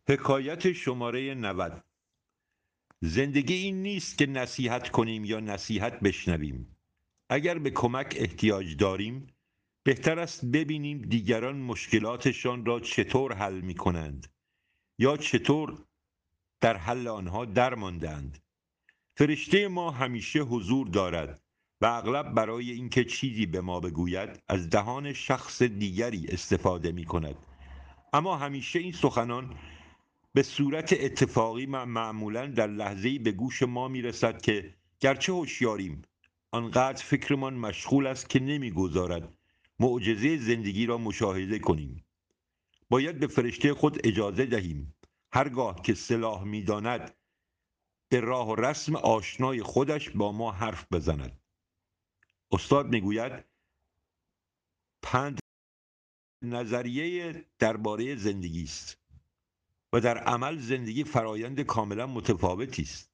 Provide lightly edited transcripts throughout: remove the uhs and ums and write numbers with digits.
حکایت شماره 90. زندگی این نیست که نصیحت کنیم یا نصیحت بشنویم. اگر به کمک احتیاج داریم، بهتر است ببینیم دیگران مشکلاتشان را چطور حل می کنند یا چطور در حل آنها درماندند. فرشته ما همیشه حضور دارد و اغلب برای اینکه چیزی به ما بگوید از دهان شخص دیگری استفاده می کند. اما همیشه این سخنان به صورت اتفاقی معمولاً در لحظه‌ای به گوش ما میرسد که گرچه هوشیاریم، آنقدر فکرمان مشغول است که نمیگذارد معجزه زندگی را مشاهده کنیم. باید به فرشته خود اجازه دهیم هرگاه که صلاح می‌داند به راه و رسم آشنای خودش با ما حرف بزند. استاد میگوید پند نظریه درباره زندگی است و در عمل زندگی فرایند کاملا متفاوتی است.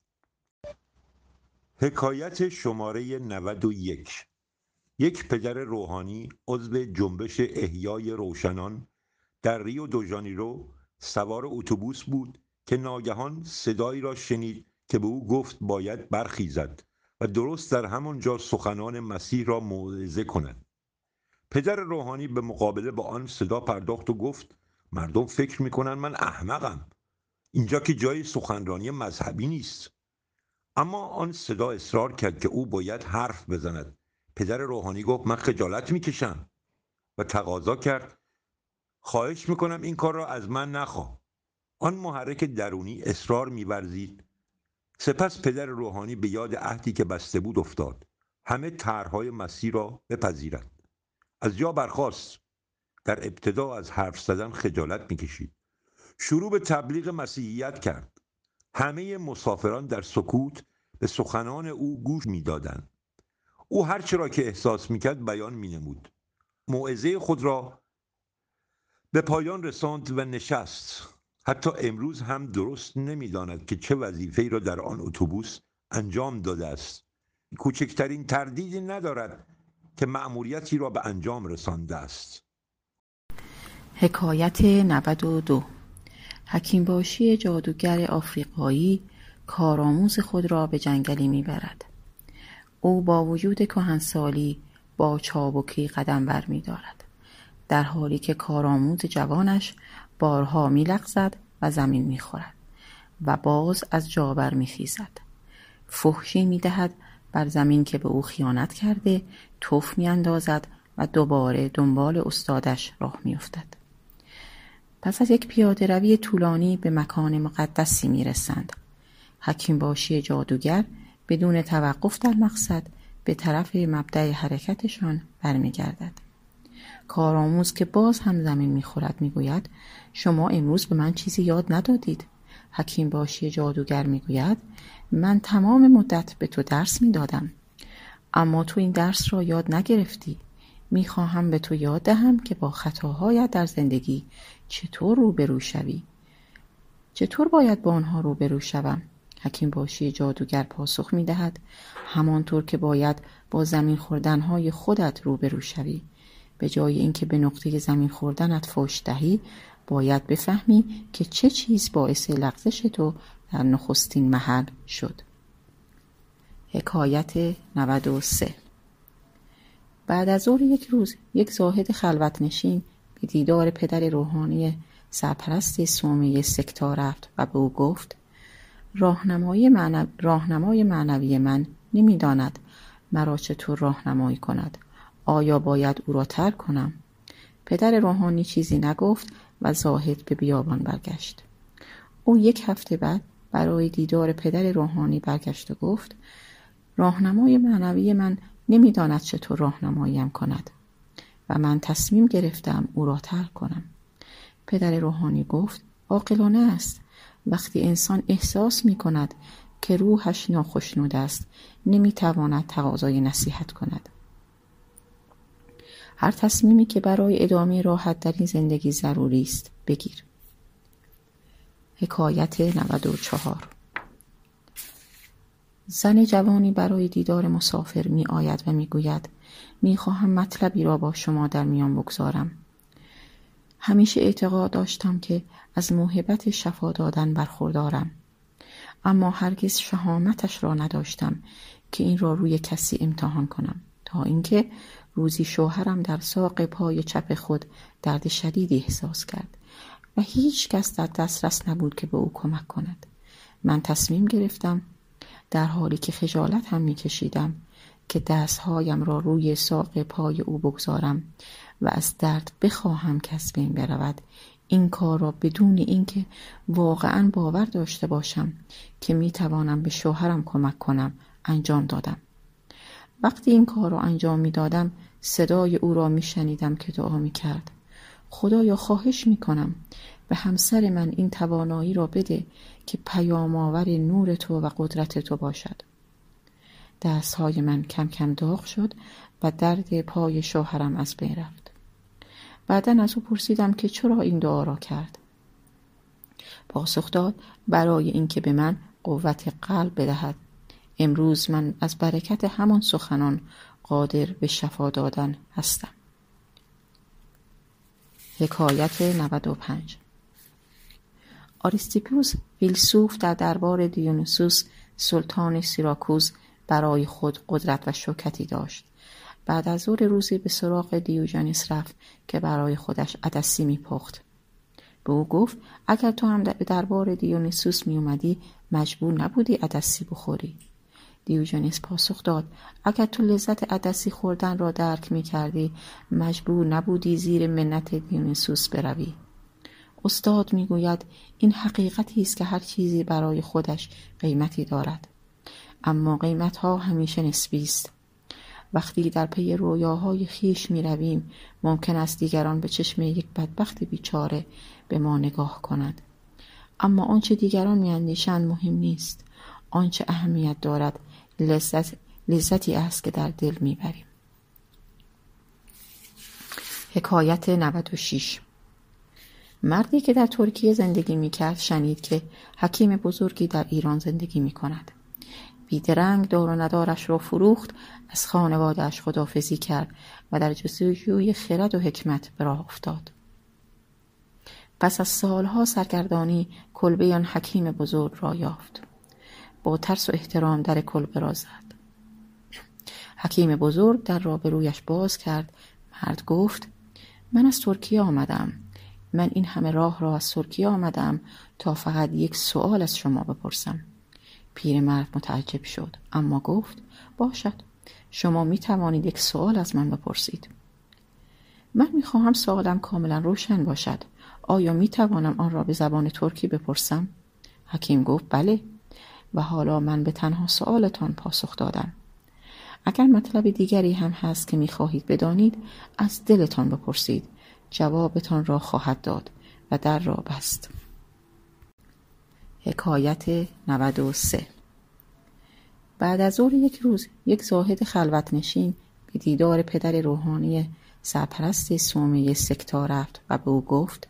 حکایت شماره 91. یک پدر روحانی عضو جنبش احیای روشنان در ریو دو ژانیرو سوار اتوبوس بود که ناگهان صدایی را شنید که به او گفت باید برخیزد و درست در همانجا سخنان مسیح را موعظه کند. پدر روحانی به مقابله با آن صدا پرداخت و گفت مردم فکر می‌کنند من احمقم. اینجا که جای سخنرانی مذهبی نیست. اما آن صدا اصرار کرد که او باید حرف بزند. پدر روحانی گفت من خجالت میکشم و تقاضا کرد خواهش میکنم این کار را از من نخواه. آن محرک درونی اصرار می‌ورزید. سپس پدر روحانی به یاد عهدی که بسته بود افتاد، همه طرح‌های مسیح را بپذیرد. از جا برخاست. در ابتدا از حرف زدن خجالت میکشید. شروع به تبلیغ مسیحیت کرد. همه مسافران در سکوت به سخنان او گوش می‌دادند. او هر چه را که احساس می‌کرد بیان می‌نمود. موعظه خود را به پایان رساند و نشست. حتی امروز هم درست نمی‌داند که چه وظیفه‌ای را در آن اتوبوس انجام داده است. کوچکترین تردیدی ندارد که مأموریتی را به انجام رسانده است. حکایت 92. حکیمباشی جادوگر آفریقایی کارآموز خود را به جنگلی میبرد. او با وجود کهنسالی با چابکی قدم بر می‌دارد، در حالی که کارآموز جوانش بارها می‌لغزد و زمین می‌خورد و باز از جا بر می‌خیزد. فحشی می‌دهد بر زمین که به او خیانت کرده، تف می‌اندازد و دوباره دنبال استادش راه می‌افتد. پس از یک پیاده روی طولانی به مکان مقدسی می‌رسند. حکیمباشی جادوگر بدون توقف در مقصد به طرف مبدأ حرکتشان برمیگردد. کارآموز که باز هم زمین می‌خورد میگوید شما امروز به من چیزی یاد ندادید. حکیمباشی جادوگر میگوید من تمام مدت به تو درس میدادم، اما تو این درس را یاد نگرفتی. میخواهم به تو یاد دهم که با خطاهایت در زندگی چطور روبرو شوی. چطور باید با آنها روبرو شوم؟ حکیمباشی جادوگر پاسخ میدهد همانطور که باید با زمین خوردنهای خودت روبرو شوی. به جای اینکه به نقطه زمین خوردنت فحش دهی، باید بفهمی که چه چیز باعث لغزش تو در نخستین محل شد. حکایت 93. بعد از ظهر یک روز یک زاهد خلوت نشین به دیدار پدر روحانی سرپرست صومعه سکتا رفت و به او گفت راهنمای معنوی من نمی‌داند مرا چطور راهنمایی کند. آیا باید او را ترک کنم؟ پدر روحانی چیزی نگفت و زاهد به بیابان برگشت. او یک هفته بعد برای دیدار پدر روحانی برگشت و گفت راهنمای معنوی من نمی‌داند چطور راهنماییم کند و من تصمیم گرفتم او را ترک کنم. پدر روحانی گفت عاقلانه است. وقتی انسان احساس می‌کند که روحش ناخشنود است، نمی‌تواند تقاضای نصیحت کند. هر تصمیمی که برای ادامه راحت در این زندگی ضروری است بگیر. حکایت 94. زن جوانی برای دیدار مسافر می آید و می گوید می خواهم مطلبی را با شما در میان بگذارم. همیشه اعتقاد داشتم که از موهبت شفا دادن برخوردارم، اما هرگز شهامتش را نداشتم که این را روی کسی امتحان کنم، تا اینکه روزی شوهرم در ساق پای چپ خود درد شدیدی احساس کرد و هیچ کس در دسترس نبود که به او کمک کند. من تصمیم گرفتم در حالی که خجالت هم می‌کشیدم که دستهایم را روی ساق پای او بگذارم و از درد بخواهم که از بین برود. این کار را بدون اینکه واقعاً باور داشته باشم که میتوانم به شوهرم کمک کنم انجام دادم. وقتی این کار را انجام میدادم صدای او را میشنیدم که دعا میکرد: خدایا خواهش میکنم به همسر من این توانایی را بده که پیام آور نور تو و قدرت تو باشد. دستهای من کم کم داغ شد و درد پای شوهرم از بین رفت. بعداً از او پرسیدم که چرا این دعا را کرد. پاسخ داد: برای اینکه به من قوت قلب بدهد. امروز من از برکت همان سخنان قادر به شفا دادن هستم. حکایت 95. آریستیپوس فیلسوف در دربار دیونیسوس سلطان سیراکوز برای خود قدرت و شوکتی داشت. بعد از ظهر روزی به سراغ دیوجانیس رفت که برای خودش عدسی میپخت. به او گفت: اگر تو هم به دربار دیونیسوس می اومدی مجبور نبودی عدسی بخوری. دیوجانیس پاسخ داد: اگر تو لذت عدسی خوردن را درک می کردی مجبور نبودی زیر منت دیونیسوس بروی. استاد می گوید این حقیقتی است که هر چیزی برای خودش قیمتی دارد، اما قیمتها همیشه نسبی است. وقتی در پی رویاهای خیش می رویم ممکن است دیگران به چشم یک بدبخت بیچاره به ما نگاه کنند، اما آنچه دیگران می اندیشند مهم نیست. آنچه اهمیت دارد لذتی است که در دل می بریم. حکایت 96. مردی که در ترکیه زندگی می کرد شنید که حکیم بزرگی در ایران زندگی می کند. بیدرنگ دار و ندارش را فروخت، از خانواده‌اش خداحافظی کرد و در جستجوی خرد و حکمت به راه افتاد. پس از سالها سرگردانی کلبه آن حکیم بزرگ را یافت. با ترس و احترام در کلبه را زد. حکیم بزرگ در را به رویش باز کرد. مرد گفت: من از ترکیه آمدم. من این همه راه را از ترکیه آمدم تا فقط یک سوال از شما بپرسم. پیرمرد متعجب شد، اما گفت: باشد، شما می توانید یک سوال از من بپرسید. من می خواهم سوالم کاملا روشن باشد. آیا می توانم آن را به زبان ترکی بپرسم؟ حکیم گفت: بله، و حالا من به تنها سوالتان پاسخ دادم. اگر مطلب دیگری هم هست که می خواهید بدانید از دلتان بپرسید، جوابتان را خواهد داد و در را بست. حکایت 93. بعد از ظهر یک روز یک زاهد خلوت نشین به دیدار پدر روحانی سرپرست صومعه سکتا رفت و به او گفت: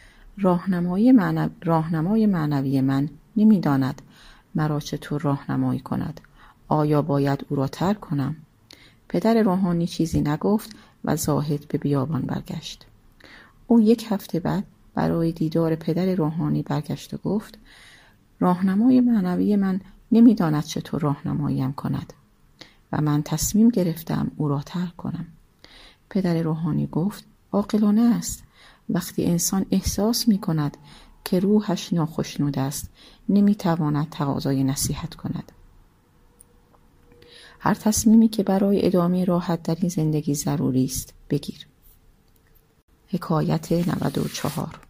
راهنمای معنوی من نمی‌داند مرا چطور راهنمایی کند. آیا باید او را ترک کنم؟ پدر روحانی چیزی نگفت و زاهد به بیابان برگشت. او یک هفته بعد برای دیدار پدر روحانی برگشت و گفت: راهنمای معنوی من نمی‌داند چطور راهنماییم کند و من تصمیم گرفتم او را ترک کنم. پدر روحانی گفت: عاقلانه است. وقتی انسان احساس می‌کند که روحش ناخشنود است نمی‌تواند تقاضای نصیحت کند. هر تصمیمی که برای ادامه راحت در این زندگی ضروری است بگیر. حکایت 94.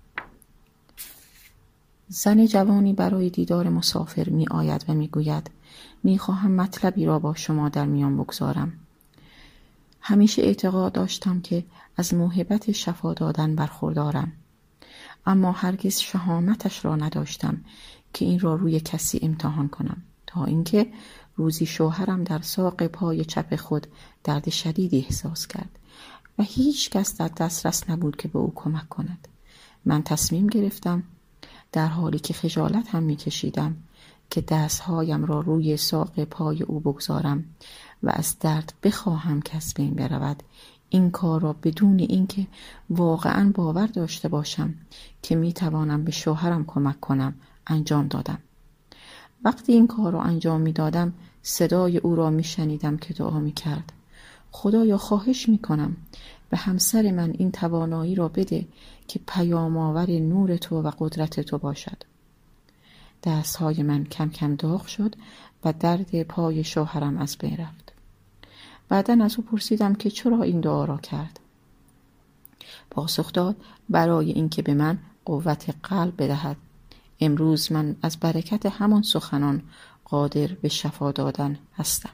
زن جوانی برای دیدار مسافر می آید و می گوید: می خواهم مطلبی را با شما در میان بگذارم. همیشه اعتقاد داشتم که از موهبت شفا دادن برخوردارم، اما هرگز شهامتش را نداشتم که این را روی کسی امتحان کنم، تا اینکه روزی شوهرم در ساق پای چپ خود درد شدیدی احساس کرد و هیچ کس در دسترس نبود که به او کمک کند. من تصمیم گرفتم در حالی که خجالت هم می‌کشیدم که دستهایم را روی ساق پای او بگذارم و از درد بخواهم که از بین برود. این کار را بدون اینکه واقعاً باور داشته باشم که میتوانم به شوهرم کمک کنم انجام دادم. وقتی این کار را انجام میدادم صدای او را میشنیدم که دعا میکرد: خدایا خواهش میکنم به همسر من این توانایی را بده که پیام آور نور تو و قدرت تو باشد. دستهای من کم کم داغ شد و درد پای شوهرم از بین رفت. بعداً از او پرسیدم که چرا این دعا را کرد. پاسخ داد: برای اینکه به من قوت قلب بدهد. امروز من از برکت همان سخنان قادر به شفا دادن هستم.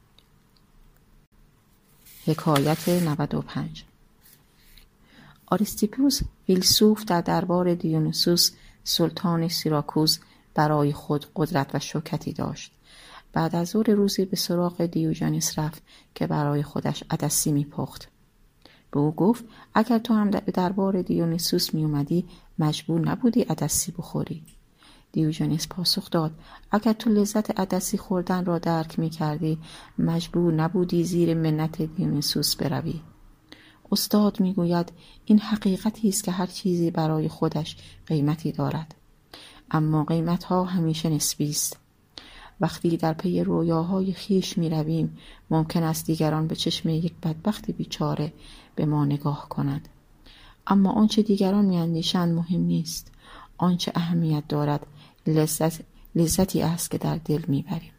حکایت 95. آریستیپوس فیلسوف در دربار دیونیسوس سلطان سیراکوز برای خود قدرت و شوکتی داشت. بعد از ظهر روزی به سراغ دیوجانیس رفت که برای خودش عدسی می‌پخت. به او گفت: اگر تو هم به دربار دیونیسوس می اومدی مجبور نبودی عدسی بخوری. دیوجانیس پاسخ داد: اگر تو لذت عدسی خوردن را درک می کردی مجبور نبودی زیر منت دیونیسوس بروی. استاد می گوید این حقیقتی است که هر چیزی برای خودش قیمتی دارد، اما قیمتها همیشه نسبی است. وقتی در پی رویاهای خیش می رویم ممکن است دیگران به چشم یک بدبخت بیچاره به ما نگاه کنند، اما آنچه دیگران می اندیشند مهم نیست. آنچه اهمیت دارد لذتی است که در دل می بریم.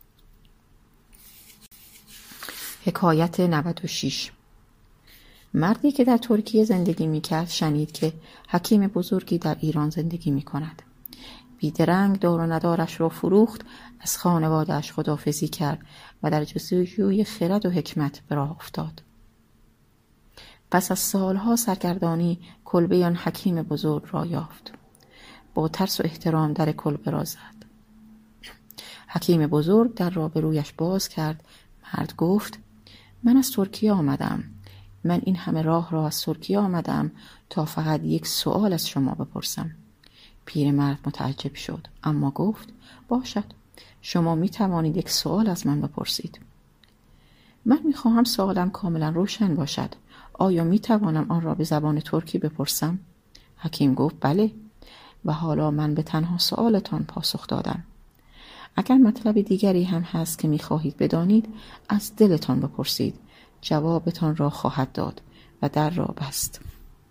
حکایت 96. مردی که در ترکیه زندگی می کرد شنید که حکیم بزرگی در ایران زندگی می کند. بیدرنگ دار و ندارش را فروخت، از خانواده‌اش خداحافظی کرد و در جستجوی خرد و حکمت به راه افتاد. پس از سالها سرگردانی کلبه آن حکیم بزرگ را یافت. با ترس و احترام در کلبه را زد. حکیم بزرگ در را به رویش باز کرد. مرد گفت: من از ترکیه آمدم. من این همه راه را از ترکیه آمدم تا فقط یک سؤال از شما بپرسم. پیرمرد متعجب شد اما گفت: باشد، شما می توانید یک سؤال از من بپرسید. من می خواهم سوالم کاملا روشن باشد. آیا می توانم آن را به زبان ترکی بپرسم؟ حکیم گفت: بله، و حالا من به تنها سؤالتان پاسخ دادم. اگر مطلب دیگری هم هست که می خواهید بدانید از دلتان بپرسید. جوابتان را خواهد داد و در را بست.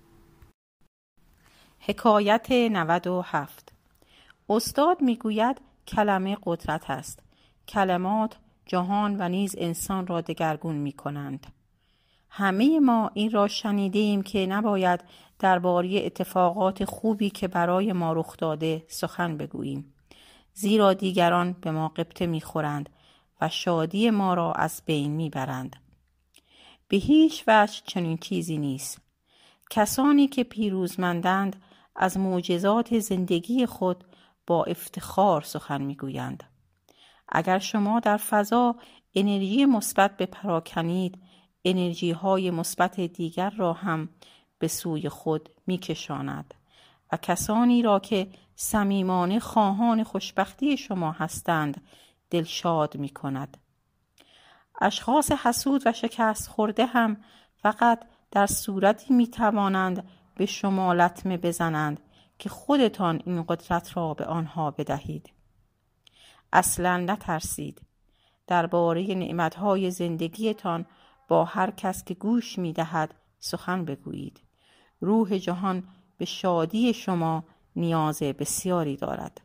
حکایت 97. استاد میگوید کلمه قدرت است. کلمات جهان و نیز انسان را دگرگون می کنند. همه ما این را شنیدیم که نباید درباره اتفاقات خوبی که برای ما رخ داده سخن بگوییم، زیرا دیگران به ما غبطه می‌خورند و شادی ما را از بین می‌برند. به هیچ وجه چنین چیزی نیست. کسانی که پیروزمندند از معجزات زندگی خود با افتخار سخن می‌گویند. اگر شما در فضا انرژی مثبت بپراکنید، انرژی های مثبت دیگر را هم به سوی خود می‌کشاند و کسانی را که صمیمانه خواهان خوشبختی شما هستند دلشاد می‌کند. اشخاص حسود و شکست خورده هم فقط در صورتی می‌توانند به شما لطمه بزنند که خودتان این قدرت را به آنها بدهید. اصلاً نترسید. درباره نعمت‌های زندگیتان با هر کس که گوش می‌دهد سخن بگویید. روح جهان به شادی شما نیاز بسیاری دارد.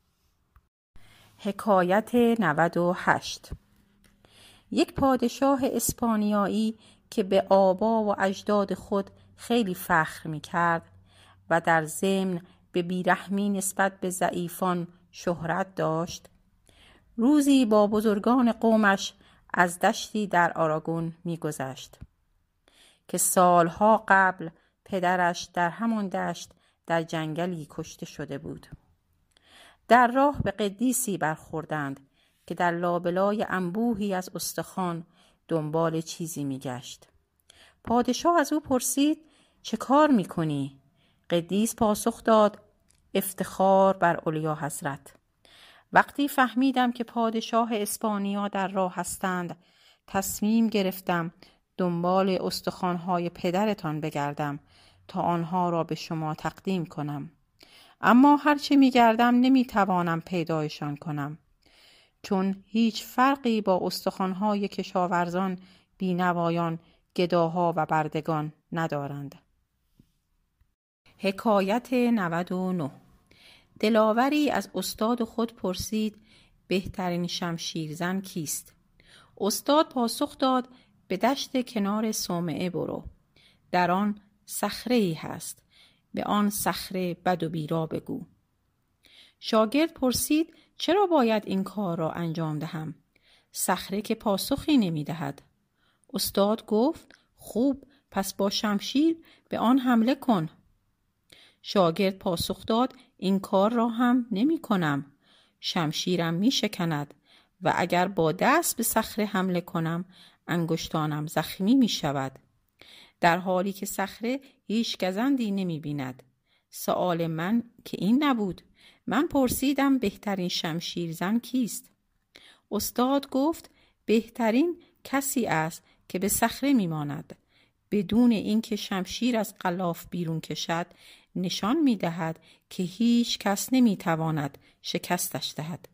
حکایت 98. یک پادشاه اسپانیایی که به آبا و اجداد خود خیلی فخر می‌کرد و در ضمن به بیرحمی نسبت به ضعیفان شهرت داشت، روزی با بزرگان قومش از دشتی در آراگون می‌گذشت که سالها قبل پدرش در همان دشت در جنگلی کشته شده بود. در راه به قدیسی برخوردند که در لابلای انبوهی از استخوان دنبال چیزی می‌گشت. پادشاه از او پرسید: چه کار می‌کنی؟ قدیس پاسخ داد: افتخار بر اولیا حضرت. وقتی فهمیدم که پادشاه اسپانیا در راه هستند تصمیم گرفتم دنبال استخوان‌های پدرتان بگردم تا آنها را به شما تقدیم کنم. اما هرچه می‌گردم نمی‌توانم پیدایشان کنم، چون هیچ فرقی با استخوان‌های کشاورزان، بینوایان، گداها و بردگان ندارند. حکایت 99. دلاوری از استاد خود پرسید بهترین شمشیرزن کیست؟ استاد پاسخ داد به دشت کنار صومعه برو. در آن صخره‌ای هست. به آن صخره بد و بیرا بگو. شاگرد پرسید چرا باید این کار را انجام دهم؟ صخره که پاسخی نمی دهد. استاد گفت خوب، پس با شمشیر به آن حمله کن. شاگرد پاسخ داد این کار را هم نمی کنم. شمشیرم می شکند و اگر با دست به صخره حمله کنم انگشتانم زخمی می شود. در حالی که صخره هیچ گزندی نمی بیند. سؤال من که این نبود. من پرسیدم بهترین شمشیرزن کیست؟ استاد گفت بهترین کسی است که به صخره می ماند. بدون اینکه شمشیر از غلاف بیرون کشد نشان می دهد که هیچ کس نمی تواند شکستش دهد.